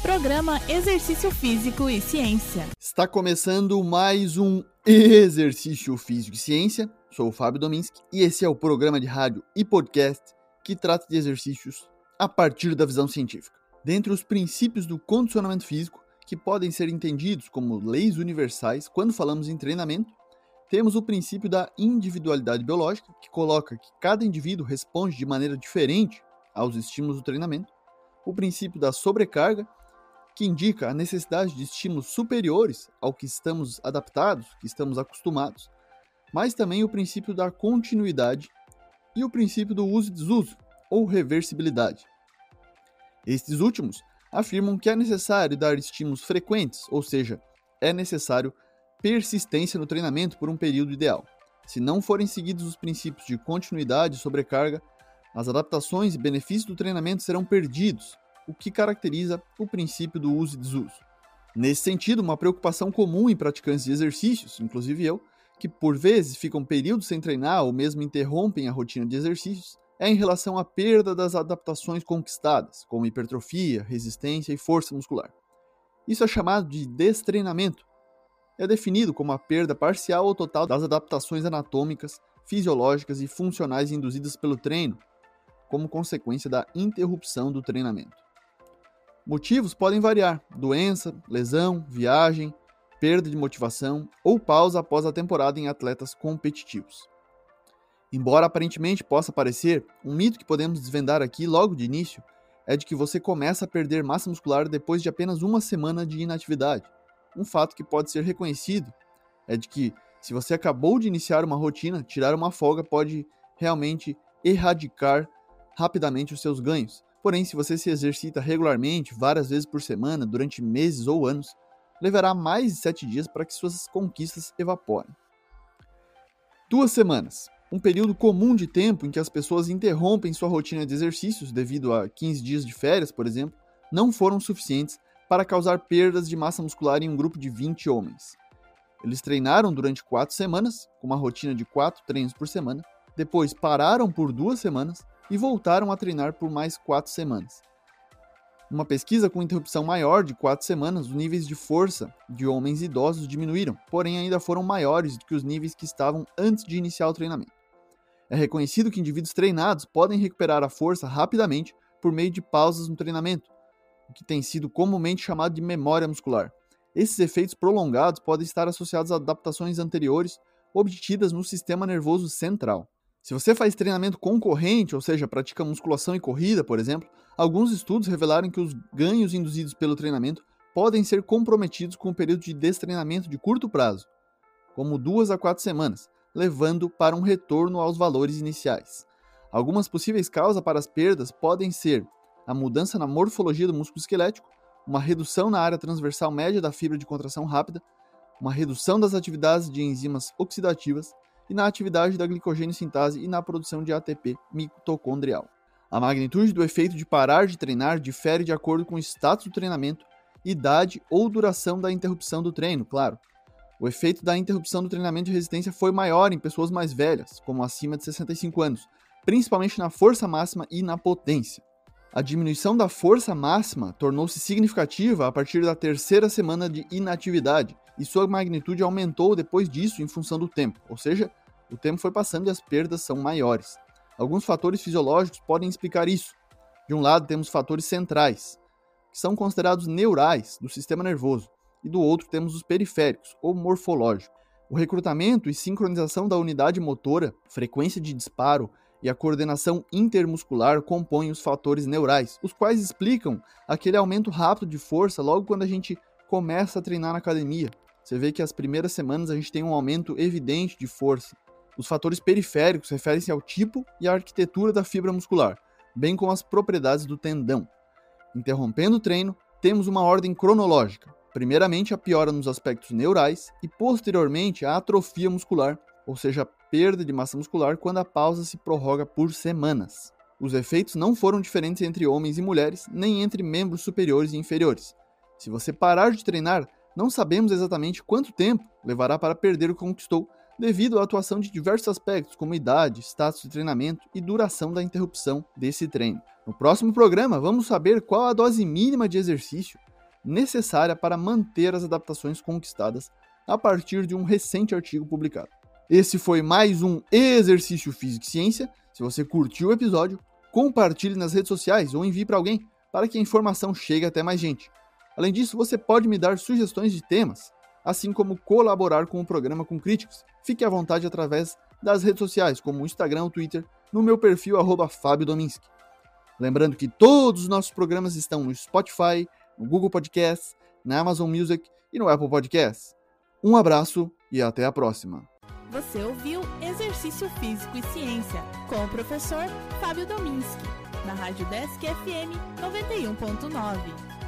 Programa Exercício Físico e Ciência. Está começando mais um Exercício Físico e Ciência. Sou o Fábio Dominski e esse é o programa de rádio e podcast que trata de exercícios a partir da visão científica. Dentre os princípios do condicionamento físico, que podem ser entendidos como leis universais quando falamos em treinamento, temos o princípio da individualidade biológica, que coloca que cada indivíduo responde de maneira diferente aos estímulos do treinamento, o princípio da sobrecarga, que indica a necessidade de estímulos superiores ao que estamos adaptados, que estamos acostumados, mas também o princípio da continuidade e o princípio do uso e desuso, ou reversibilidade. Estes últimos afirmam que é necessário dar estímulos frequentes, ou seja, é necessário persistência no treinamento por um período ideal. Se não forem seguidos os princípios de continuidade e sobrecarga, as adaptações e benefícios do treinamento serão perdidos, o que caracteriza o princípio do uso e desuso. Nesse sentido, uma preocupação comum em praticantes de exercícios, inclusive eu, que por vezes ficam períodos sem treinar ou mesmo interrompem a rotina de exercícios, é em relação à perda das adaptações conquistadas, como hipertrofia, resistência e força muscular. Isso é chamado de destreinamento. É definido como a perda parcial ou total das adaptações anatômicas, fisiológicas e funcionais induzidas pelo treino, como consequência da interrupção do treinamento. Motivos podem variar: doença, lesão, viagem, perda de motivação ou pausa após a temporada em atletas competitivos. Embora aparentemente possa parecer, um mito que podemos desvendar aqui logo de início é de que você começa a perder massa muscular depois de apenas uma semana de inatividade. Um fato que pode ser reconhecido é de que, se você acabou de iniciar uma rotina, tirar uma folga pode realmente erradicar rapidamente os seus ganhos. Porém, se você se exercita regularmente, várias vezes por semana, durante meses ou anos, levará mais de 7 dias para que suas conquistas evaporem. 2 semanas. Um período comum de tempo em que as pessoas interrompem sua rotina de exercícios devido a 15 dias de férias, por exemplo, não foram suficientes para causar perdas de massa muscular em um grupo de 20 homens. Eles treinaram durante 4 semanas, com uma rotina de 4 treinos por semana, depois pararam por 2 semanas e voltaram a treinar por mais 4 semanas. Numa pesquisa com interrupção maior de 4 semanas, os níveis de força de homens idosos diminuíram, porém ainda foram maiores do que os níveis que estavam antes de iniciar o treinamento. É reconhecido que indivíduos treinados podem recuperar a força rapidamente por meio de pausas no treinamento, o que tem sido comumente chamado de memória muscular. Esses efeitos prolongados podem estar associados a adaptações anteriores obtidas no sistema nervoso central. Se você faz treinamento concorrente, ou seja, pratica musculação e corrida, por exemplo, alguns estudos revelaram que os ganhos induzidos pelo treinamento podem ser comprometidos com um período de destreinamento de curto prazo, como 2 a 4 semanas, levando para um retorno aos valores iniciais. Algumas possíveis causas para as perdas podem ser a mudança na morfologia do músculo esquelético, uma redução na área transversal média da fibra de contração rápida, uma redução das atividades de enzimas oxidativas e na atividade da glicogênio sintase e na produção de ATP mitocondrial. A magnitude do efeito de parar de treinar difere de acordo com o status do treinamento, idade ou duração da interrupção do treino, claro. O efeito da interrupção do treinamento de resistência foi maior em pessoas mais velhas, como acima de 65 anos, principalmente na força máxima e na potência. A diminuição da força máxima tornou-se significativa a partir da 3ª semana de inatividade, e sua magnitude aumentou depois disso em função do tempo, ou seja, o tempo foi passando e as perdas são maiores. Alguns fatores fisiológicos podem explicar isso. De um lado temos fatores centrais, que são considerados neurais do sistema nervoso, e do outro temos os periféricos, ou morfológicos. O recrutamento e sincronização da unidade motora, frequência de disparo e a coordenação intermuscular compõem os fatores neurais, os quais explicam aquele aumento rápido de força logo quando a gente começa a treinar na academia. Você vê que as primeiras semanas a gente tem um aumento evidente de força. Os fatores periféricos referem-se ao tipo e à arquitetura da fibra muscular, bem como às propriedades do tendão. Interrompendo o treino, temos uma ordem cronológica. Primeiramente, a piora nos aspectos neurais e, posteriormente, a atrofia muscular, ou seja, a perda de massa muscular quando a pausa se prorroga por semanas. Os efeitos não foram diferentes entre homens e mulheres, nem entre membros superiores e inferiores. Se você parar de treinar, não sabemos exatamente quanto tempo levará para perder o que conquistou, devido à atuação de diversos aspectos, como idade, status de treinamento e duração da interrupção desse treino. No próximo programa, vamos saber qual a dose mínima de exercício necessária para manter as adaptações conquistadas a partir de um recente artigo publicado. Esse foi mais um Exercício Físico e Ciência. Se você curtiu o episódio, compartilhe nas redes sociais ou envie para alguém para que a informação chegue até mais gente. Além disso, você pode me dar sugestões de temas, assim como colaborar com o programa com críticas. Fique à vontade através das redes sociais, como o Instagram ou Twitter, no meu perfil @FabioDominski. Lembrando que todos os nossos programas estão no Spotify, no Google Podcasts, na Amazon Music e no Apple Podcasts. Um abraço e até a próxima. Você ouviu Exercício Físico e Ciência com o professor Fábio Dominski, na Rádio Desk FM 91.9.